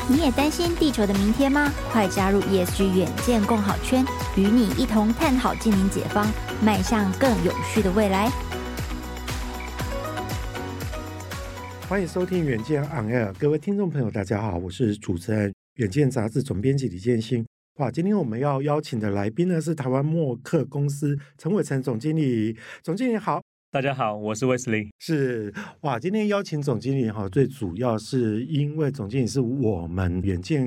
你也担心地球的明天吗？快加入 ESG 远见共好圈，与你一同探讨净零解方，迈向更永续的未来。 欢迎收听远见 On Air， 各位听众朋友大家好，我是主持人远见杂志总编辑李建新。哇，今天我们要邀请的来宾呢是台湾默克公司陈伟成总经理。总经理好。 大家好，我是 Wesley。 是，哇，今天邀请总经理最主要是因为总经理是我们远见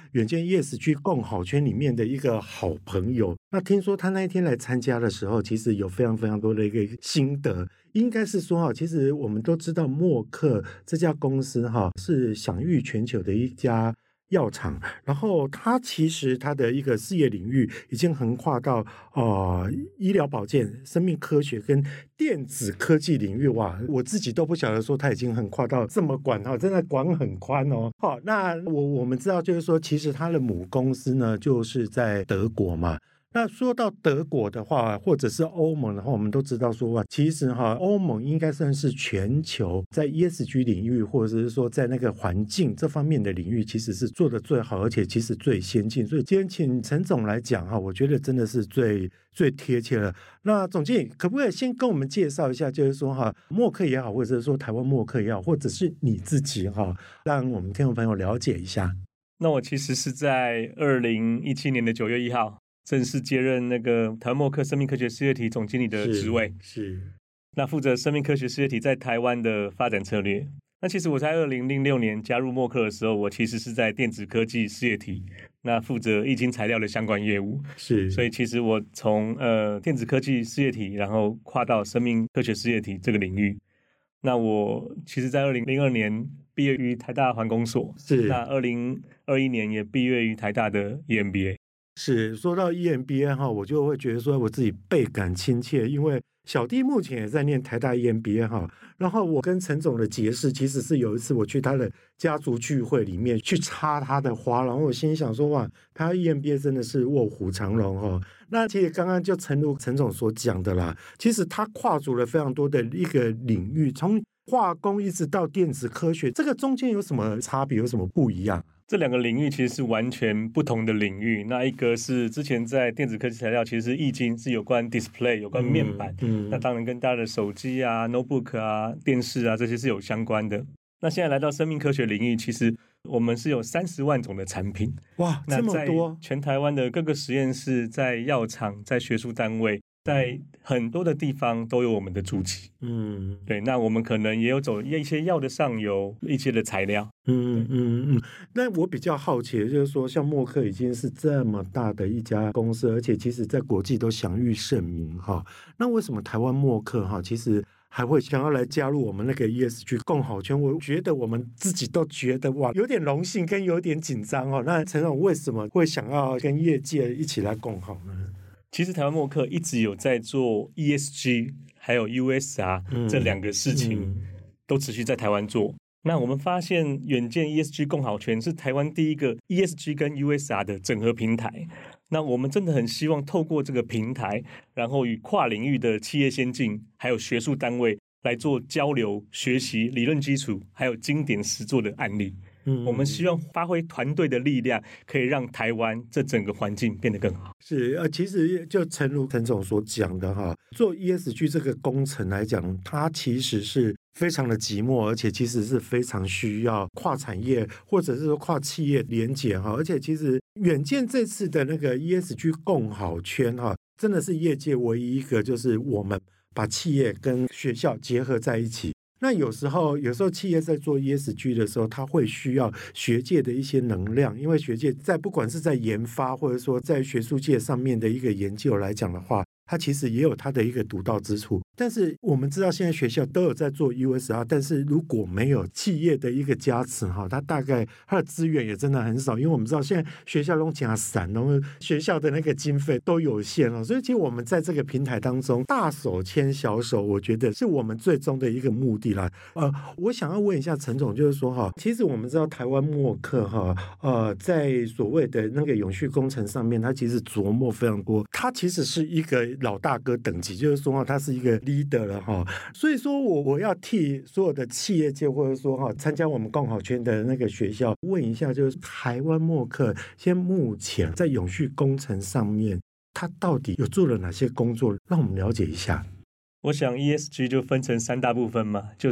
ESG 共好圈里面的一个好朋友。那听说他那一天来参加的时候，其实有非常非常多的一个心得。应该是说其实我们都知道默克这家公司是享誉全球的一家药厂，然后它其实它的一个事业领域已经横跨到医疗保健、生命科学跟电子科技领域。哇，我自己都不晓得说它已经横跨到这么广真的广很宽哦。好，那我们知道就是说，其实它的母公司呢就是在德国嘛。那说到德国的话，或者是欧盟的话，我们都知道说其实欧盟应该算是全球在 ESG 领域，或者是说在那个环境这方面的领域，其实是做得最好，而且其实最先进。所以今天请陈总来讲我觉得真的是最贴切了。那总经理可不可以先跟我们介绍一下，就是说默克也好，或者是说台湾默克也好，或者是你自己让我们听众朋友了解一下。 那我其实是在2017年的9月1号正式接任那个台湾默克生命科学事业体总经理的职位。 是那负责生命科学事业体在台湾的发展策略。那其实我在2006年加入默克的时候，我其实是在电子科技事业体，那负责液晶材料的相关业务。 是， 所以其实我从电子科技事业体，然后跨到生命科学事业体这个领域。那我其实在2002年毕业于台大环工所， 是， 那2021年也毕业于台大的 EMBA。 是，说到 EMBA 我就会觉得说我自己倍感亲切，因为小弟目前也在念台大 EMBA 然后我跟陈总的结识其实是有一次我去他的家族聚会里面去插他的花，然后我心想说哇，他 EMBA 真的是卧虎藏龙那其实刚刚就陈总所讲的啦，其实他跨足了非常多的一个领域，从化工一直到电子科学，这个中间有什么差别，有什么不一样？ 这两个领域其实是完全不同的领域。那一个是之前在电子科技材料，其实是液晶，是有关 display 有关面板，那当然跟大家的手机啊 notebook 啊电视啊这些是有相关的。那现在来到生命科学领域，其实我们是有30万种的产品。 哇，这么多！ 在全台湾的各个实验室，在药厂，在学术单位，在很多的地方都有我们的足迹。对，那我们可能也有走一些药的上游，一些的材料。 那我比较好奇的就是说，像默克已经是这么大的一家公司，而且其实在国际都享誉盛名那为什么台湾默克其实还会想要来加入我们那个 ESG 共好圈？我觉得我们自己都觉得哇，有点荣幸跟有点紧张那陈总为什么会想要跟业界一起来共好呢？ 其实台湾默克一直有在做 ESG 还有 USR 这两个事情都持续在台湾做。那我们发现远见 ESG 共好圈是台湾第一个 ESG 跟 USR 的整合平台。那我们真的很希望透过这个平台，然后与跨领域的企业先进还有学术单位来做交流学习理论基础还有经典实作的案例。我们希望发挥团队的力量，可以让台湾这整个环境变得更好。 是其实就陈总所讲的做 ESG 这个工程来讲，它其实是非常的寂寞，而且其实是非常需要跨产业或者是说跨企业连结而且其实远见这次的那个 ESG 共好圈真的是业界唯一一个，就是我们把企业跟学校结合在一起。那有时候企业在做 ESG 的时候，它会需要学界的一些能量，因为学界在不管是在研发或者说在学术界上面的一个研究来讲的话，它其实也有它的一个独到之处。但是我们知道现在学校都有在做 USR， 但是如果没有企业的一个加持它大概它的资源也真的很少，因为我们知道现在学校都加散，然后学校的那个经费都有限所以其实我们在这个平台当中大手牵小手，我觉得是我们最终的一个目的啦。我想要问一下陈总，就是说其实我们知道台湾默克在所谓的那个永续工程上面，它其实琢磨非常多，它其实是一个老大哥等级，就是说它是一个 leader 了哈。所以说我要替所有的企业界或者说参加我们共好圈的那个学校问一下，就是台湾默克现在目前在永续工程上面，它到底有做了哪些工作，让我们了解一下。 我想 ESG 就分成3大部分嘛，就是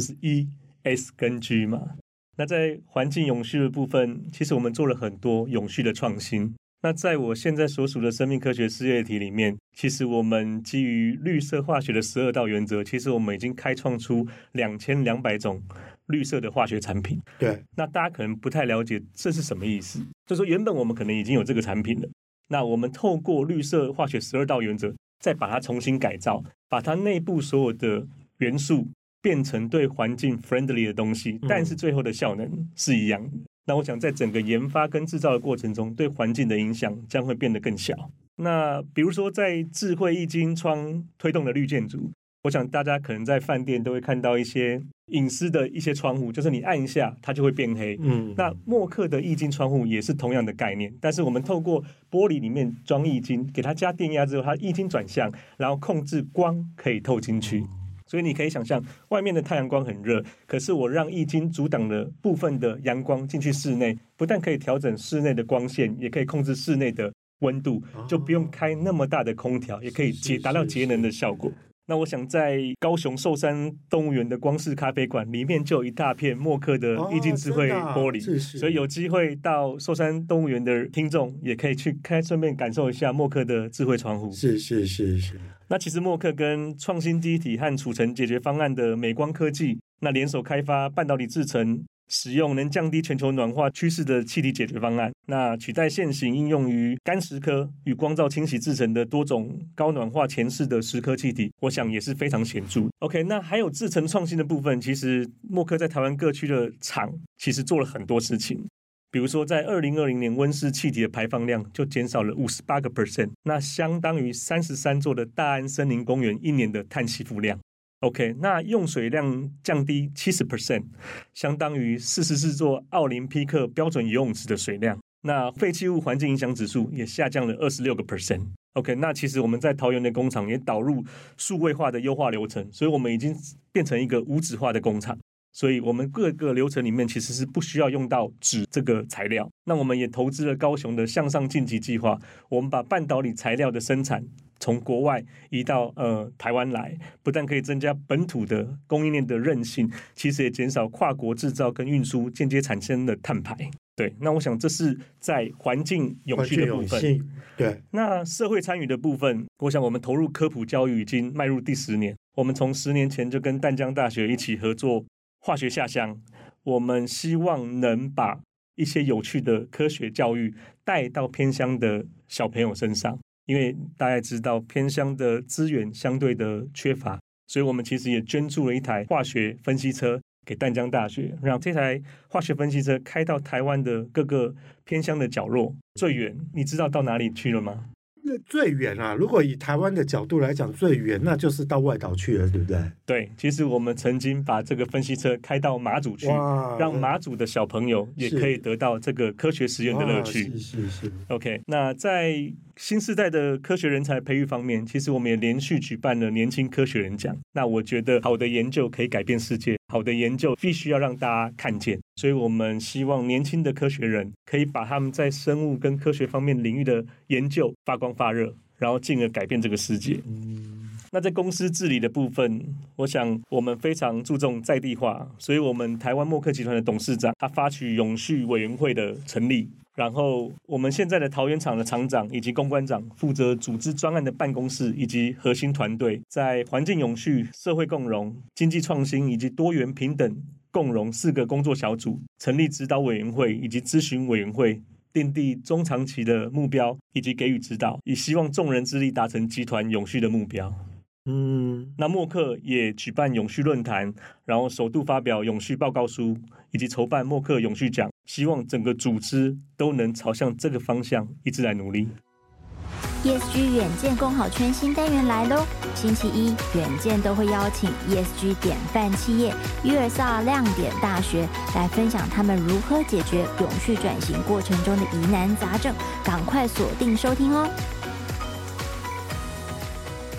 E、S 跟 G 嘛。那在环境永续的部分，其实我们做了很多永续的创新。那在我现在所属的生命科学事业体里面，其实我们基于绿色化学的12道原则，其实我们已经开创出2200种绿色的化学产品。 对， 那大家可能不太了解这是什么意思，就是说原本我们可能已经有这个产品了，那我们透过绿色化学12道原则，再把它重新改造，把它内部所有的元素变成对环境 friendly 的东西，但是最后的效能是一样的。那我想在整个研发跟制造的过程中，对环境的影响将会变得更小。那比如说在智慧液晶窗推动的绿建筑，我想大家可能在饭店都会看到一些隐私的一些窗户，就是你按一下它就会变黑。那默克的液晶窗户也是同样的概念，但是我们透过玻璃里面装液晶，给它加电压之后，它液晶转向，然后控制光可以透进去。所以你可以想象，外面的太阳光很热，可是我让液晶阻挡了部分的阳光进去室内，不但可以调整室内的光线，也可以控制室内的温度，就不用开那么大的空调，也可以达到节能的效果。那我想在高雄寿山动物园的光式咖啡馆里面就有一大片默克的液晶智慧玻璃，所以有机会到寿山动物园的听众也可以去顺便感受一下默克的智慧窗户。 是。 那其实默克跟创新机体和储存解决方案的美光科技，那联手开发半导体制程，使用能降低全球暖化趋势的气体解决方案，那取代现行应用于干蚀科与光照清洗制成的多种高暖化前世的蚀刻气体，我想也是非常显著。OK， 那还有制程创新的部分，其实默克在台湾各区的厂其实做了很多事情。比如说在2020年温室气体的排放量就减少了 58%， 那相当于33座的大安森林公园1年的碳吸附量。OK， 那用水量降低 70%， 相当于44座奥林匹克标准游泳池的水量。那废弃物环境影响指数也下降了 26%。OK， 那其实我们在桃园的工厂也导入数位化的优化流程，所以我们已经变成一个无纸化的工厂。所以我们各个流程里面其实是不需要用到纸这个材料。那我们也投资了高雄的向上晋级计划，我们把半导体材料的生产从国外移到台湾来，不但可以增加本土的供应链的韧性，其实也减少跨国制造跟运输间接产生的碳排。对，那我想这是在环境永续的部分。 对， 那社会参与的部分，我想我们投入科普教育已经迈入第10年。我们从10年前就跟淡江大学一起合作化学下乡，我们希望能把一些有趣的科学教育带到偏乡的小朋友身上，因为大家知道偏乡的资源相对的缺乏，所以我们其实也捐助了一台化学分析车给淡江大学，让这台化学分析车开到台湾的各个偏乡的角落。最远你知道到哪里去了吗？ 最远啊，如果以台湾的角度来讲，最远那就是到外岛去了，对不对？ 对，其实我们曾经把这个分析车开到马祖去，让马祖的小朋友也可以得到这个科学实验的乐趣。 是。 OK， 那在新世代的科学人才培育方面，其实我们也连续举办了年轻科学人奖。那我觉得好的研究可以改变世界，好的研究必须要让大家看见，所以我们希望年轻的科学人可以把他们在生物跟科学方面领域的研究发光发热，然后进而改变这个世界。那在公司治理的部分，我想我们非常注重在地化，所以我们台湾默克集团的董事长他发起永续委员会的成立，然后我们现在的桃园厂的厂长以及公关长负责组织专案的办公室以及核心团队，在环境永续、社会共融、经济创新以及多元平等共融4个工作小组，成立指导委员会以及咨询委员会，订定中长期的目标以及给予指导，以希望众人之力达成集团永续的目标。那默克也举办永续论坛，然后首度发表永续报告书，以及筹办默克永续奖，希望整个组织都能朝向这个方向一直来努力。 ESG 远见共好圈新单元来咯，星期一远见都会邀请 ESG 典范企业USR 亮点大学来分享他们如何解决永续转型过程中的疑难杂症，赶快锁定收听哦。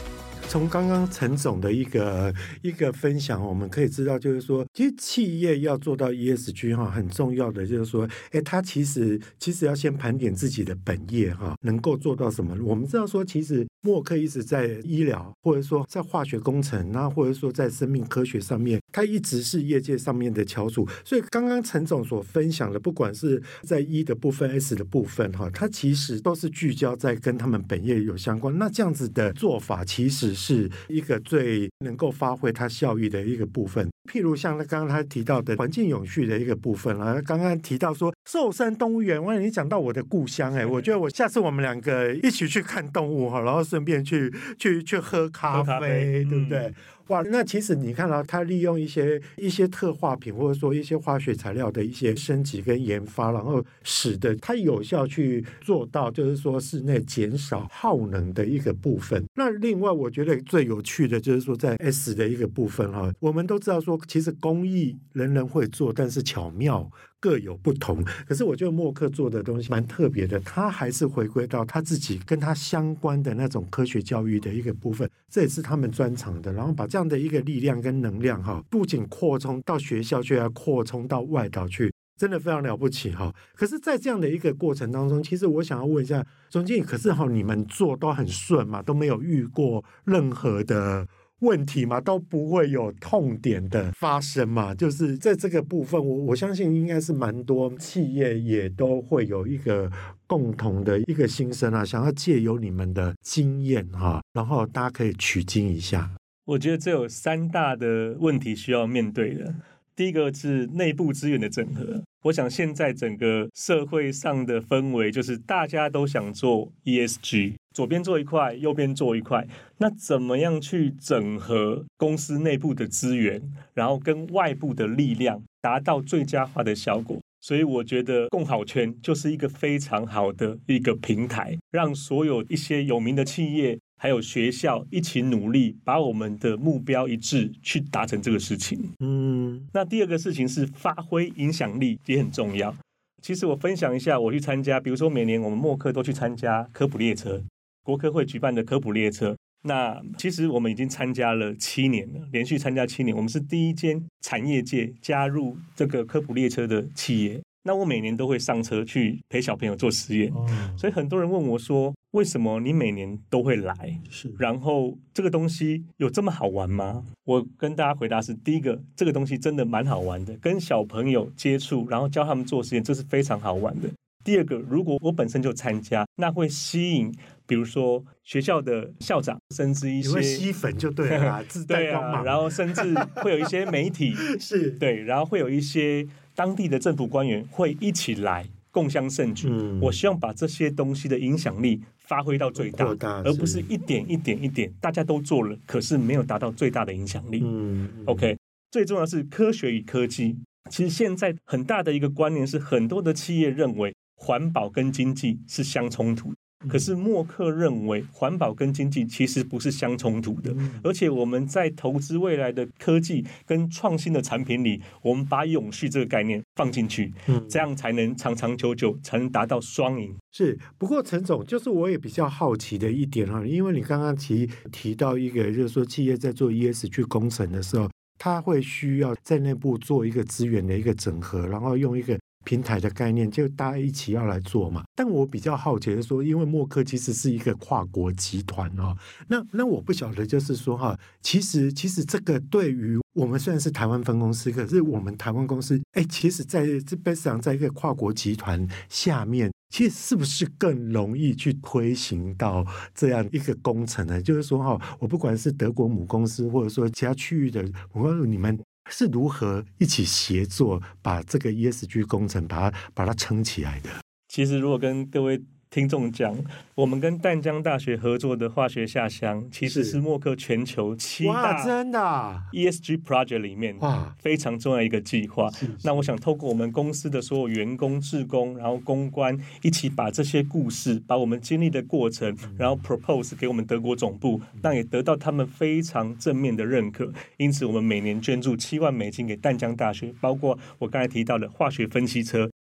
从刚刚陈总的一个分享，我们可以知道，就是说，其实企业要做到 ESG 很重要的就是说，它其实要先盘点自己的本业能够做到什么。我们知道说，其实默克一直在医疗，或者说在化学工程，那或者说在生命科学上面，它一直是业界上面的翘楚。所以刚刚陈总所分享的，不管是在 E 的部分 S 的部分它其实都是聚焦在跟他们本业有相关。那这样子的做法其实是一个最能够发挥它效益的一个部分。譬如像刚刚他提到的环境永续的一个部分刚刚提到说寿山动物园，你讲到我的故乡我觉得我下次我们两个一起去看动物然后顺便去喝咖啡，对不对？哇，那其实你看到他利用一些特化品或者说一些化学材料的一些升级跟研发，然后使得它有效去做到就是说室内减少耗能的一个部分。那另外我觉得最有趣的就是说在 S 的一个部分我们都知道说其实工艺人人会做，但是巧妙各有不同。可是我觉得默克做的东西蛮特别的，他还是回归到他自己跟他相关的那种科学教育的一个部分，这也是他们专长的。然后把这样的一个力量跟能量不仅扩充到学校去，还扩充到外岛去，真的非常了不起可是在这样的一个过程当中，其实我想要问一下总经理，可是你们做都很顺嘛，都没有遇过任何的问题嘛，都不会有痛点的发生嘛？就是在这个部分我相信应该是蛮多企业也都会有一个共同的一个心声想要借由你们的经验然后大家可以取经一下。 我觉得这有3大的问题需要面对的。第一个是内部资源的整合。我想现在整个社会上的氛围就是大家都想做 ESG， 左边做一块，右边做一块，那怎么样去整合公司内部的资源，然后跟外部的力量达到最佳化的效果？所以我觉得共好圈就是一个非常好的一个平台，让所有一些有名的企业还有学校一起努力，把我们的目标一致去达成这个事情。那第二个事情是发挥影响力也很重要。其实我分享一下，我去参加，比如说每年我们默克都去参加科普列车，国科会举办的科普列车。那其实我们已经参加了7年了，连续参加7年，我们是第一间产业界加入这个科普列车的企业。那我每年都会上车去陪小朋友做实验，所以很多人问我说，为什么你每年都会来？然后这个东西有这么好玩吗？我跟大家回答是，第一个，这个东西真的蛮好玩的，跟小朋友接触，然后教他们做实验，这是非常好玩的。第二个，如果我本身就参加，那会吸引比如说学校的校长，甚至一些你会吸粉就对了啦自带光芒然后甚至会有一些媒体是对，然后会有一些当地的政府官员会一起来共襄盛举。我希望把这些东西的影响力发挥到最大，而不是一点一点一点大家都做了，可是没有达到最大的影响力。OK， 最重要的是科学与科技。其实现在很大的一个观念是，很多的企业认为环保跟经济是相冲突，可是默克认为环保跟经济其实不是相冲突的，而且我们在投资未来的科技跟创新的产品里，我们把永续这个概念放进去，这样才能长长久久，才能达到双赢。 是，不过陈总，就是我也比较好奇的一点因为你刚刚提到一个，就是说企业在做 ESG 工程的时候，他会需要在内部做一个资源的一个整合，然后用一个平台的概念，就大家一起要来做嘛。但我比较好奇的说，因为默克其实是一个跨国集团那我不晓得就是说其实这个对于我们虽然是台湾分公司，可是我们台湾公司其实在这边上在一个跨国集团下面，其实是不是更容易去推行到这样一个工程呢？就是说我不管是德国母公司，或者说其他区域的母公司，你们是如何一起协作把这个 ESG 工程把它撑起来的？ 其实如果跟各位听众讲，我们跟淡江大学合作的化学下乡，其实是默克全球7大真的 ESG project 里面非常重要一个计划。那我想透过我们公司的所有员工、志工，然后公关，一起把这些故事，把我们经历的过程，然后 propose 给我们德国总部，那也得到他们非常正面的认可。因此我们每年捐助7万美金给淡江大学，包括我刚才提到的化学分析车，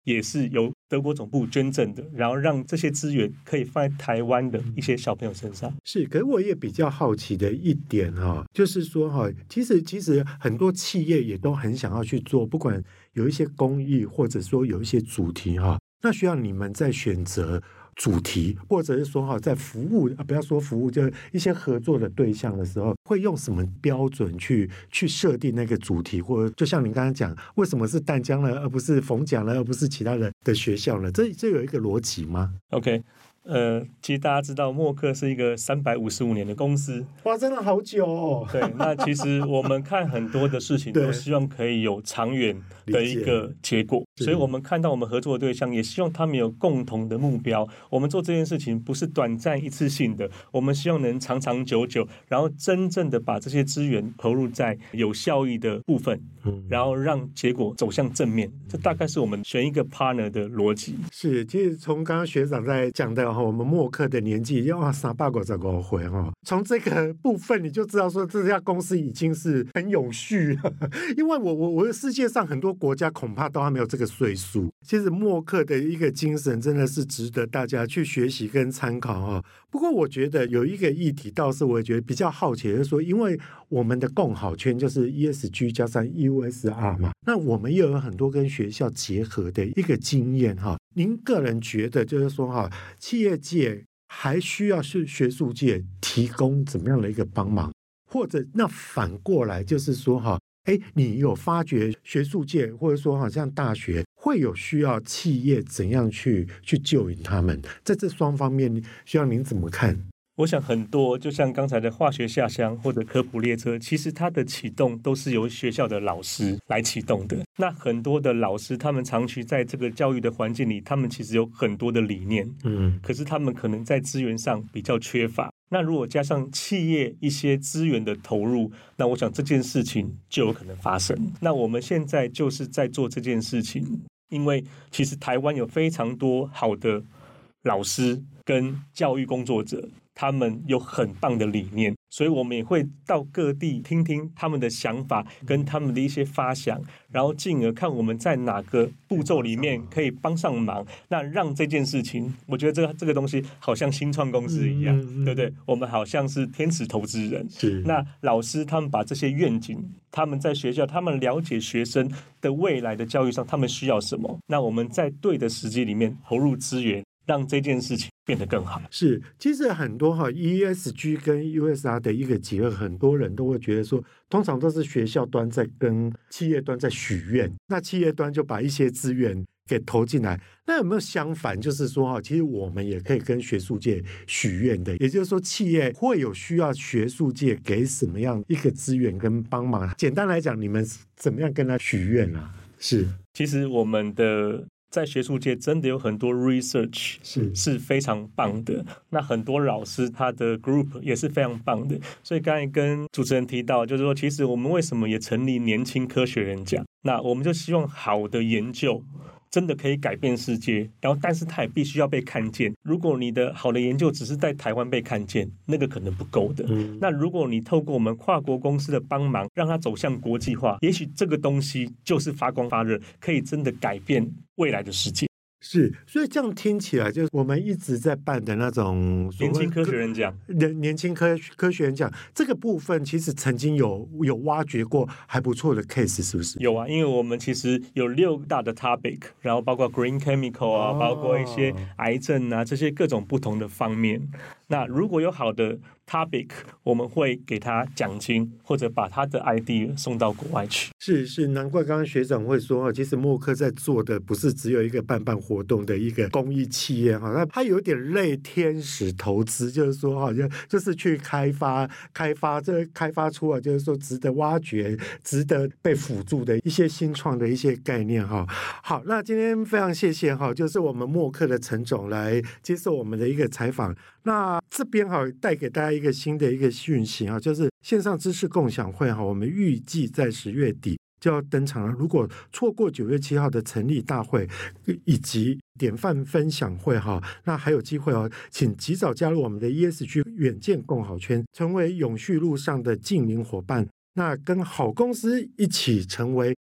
也是由德国总部捐赠的，然后让这些资源可以放在台湾的一些小朋友身上。 是，可是我也比较好奇的一点就是说其实很多企业也都很想要去做，不管有一些公益或者说有一些主题那需要你们在选择主题，或者是说在服务不要说服务，就一些合作的对象的时候，会用什么标准去设定那个主题，或者就像你刚刚讲，为什么是淡江呢，而不是逢甲呢，而不是其他的学校呢？这有一个逻辑吗？ OK，其实大家知道默克是一个355年的公司， 哇，真的好久哦。 对，那其实我们看很多的事情都希望可以有长远的一个结果，所以我们看到我们合作的对象也希望他们有共同的目标。我们做这件事情不是短暂一次性的，我们希望能长长久久，然后真正的把这些资源投入在有效益的部分，然后让结果走向正面。这大概是我们选一个 partner 的逻辑。 是，其实从刚刚学长在讲的我们默克的年纪要300岁从这个部分你就知道说这家公司已经是很永续了。因为我的世界上很多国家恐怕都还没有这个岁数。其实默克的一个精神真的是值得大家去学习跟参考不过我觉得有一个议题倒是我也觉得比较好奇，就是说因为我们的共好圈就是 ESG 加上 USR 嘛，那我们又有很多跟学校结合的一个经验您个人觉得就是说企业界还需要是学术界提供怎么样的一个帮忙，或者那反过来就是说你有发觉学术界或者说像大学会有需要企业怎样去救援他们，在这双方面需要您怎么看？ 我想很多就像刚才的化学下乡或者科普列车，其实它的启动都是由学校的老师来启动的。那很多的老师他们长期在这个教育的环境里，他们其实有很多的理念，可是他们可能在资源上比较缺乏。那如果加上企业一些资源的投入，那我想这件事情就有可能发生。那我们现在就是在做这件事情，因为其实台湾有非常多好的老师跟教育工作者，他们有很棒的理念，所以我们也会到各地听听他们的想法跟他们的一些发想，然后进而看我们在哪个步骤里面可以帮上忙，那让这件事情，我觉得这个东西好像新创公司一样，对不对？我们好像是天使投资人，那老师他们把这些愿景，他们在学校，他们了解学生的未来的教育上他们需要什么，那我们在对的时机里面投入资源，让这件事情变得更好。 是，其实很多ESG 跟 USR 的一个结合，很多人都会觉得说，通常都是学校端在跟企业端在许愿，那企业端就把一些资源给投进来。那有没有相反，就是说其实我们也可以跟学术界许愿的，也就是说企业会有需要学术界给什么样一个资源跟帮忙？简单来讲，你们怎么样跟他许愿啊？是， 其实我们的在学术界真的有很多 research 是非常棒的，那很多老师他的 group 也是非常棒的，所以刚才跟主持人提到，就是说其实我们为什么也成立年轻科学人奖，那我们就希望好的研究真的可以改变世界，然后但是它也必须要被看见。如果你的好的研究只是在台湾被看见，那个可能不够的。那如果你透过我们跨国公司的帮忙，让它走向国际化，也许这个东西就是发光发热，可以真的改变未来的世界。 是，所以这样听起来，就是我们一直在办的那种年轻科学人奖， 年轻科学人奖这个部分，其实曾经有挖掘过还不错的 case， 是不是？ 有啊，因为我们其实有6大的 topic， 然后包括 green chemical 啊，包括一些癌症啊，这些各种不同的方面。那如果有好的 topic， 我们会给他奖金，或者把他的 idea 送到国外去。 是，难怪刚刚学长会说，其实默克在做的不是只有一个办活动的一个公益企业那它有点类天使投资，就是说就是去开发出来，就是说值得挖掘、值得被辅助的一些新创的一些概念好，那今天非常谢谢就是我们默克的陈总来接受我们的一个采访。那这边带给大家一个新的一个讯息就是线上知识共享会我们预计在10月底就要登场了。如果错过9月7号的成立大会以及典范分享会那还有机会请及早加入我们的 ESG 远见共好圈，成为永续路上的近邻伙伴，那跟好公司一起成为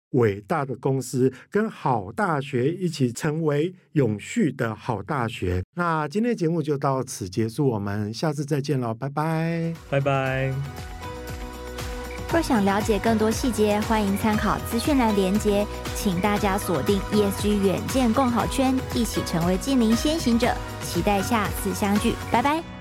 伟大的公司，跟好大学一起成为永续的好大学。那今天的节目就到此结束，我们下次再见了，拜拜， 拜拜。 若想了解更多细节，欢迎参考资讯栏连结，请大家锁定 ESG 远见共好圈，一起成为近邻先行者，期待下次相聚，拜拜。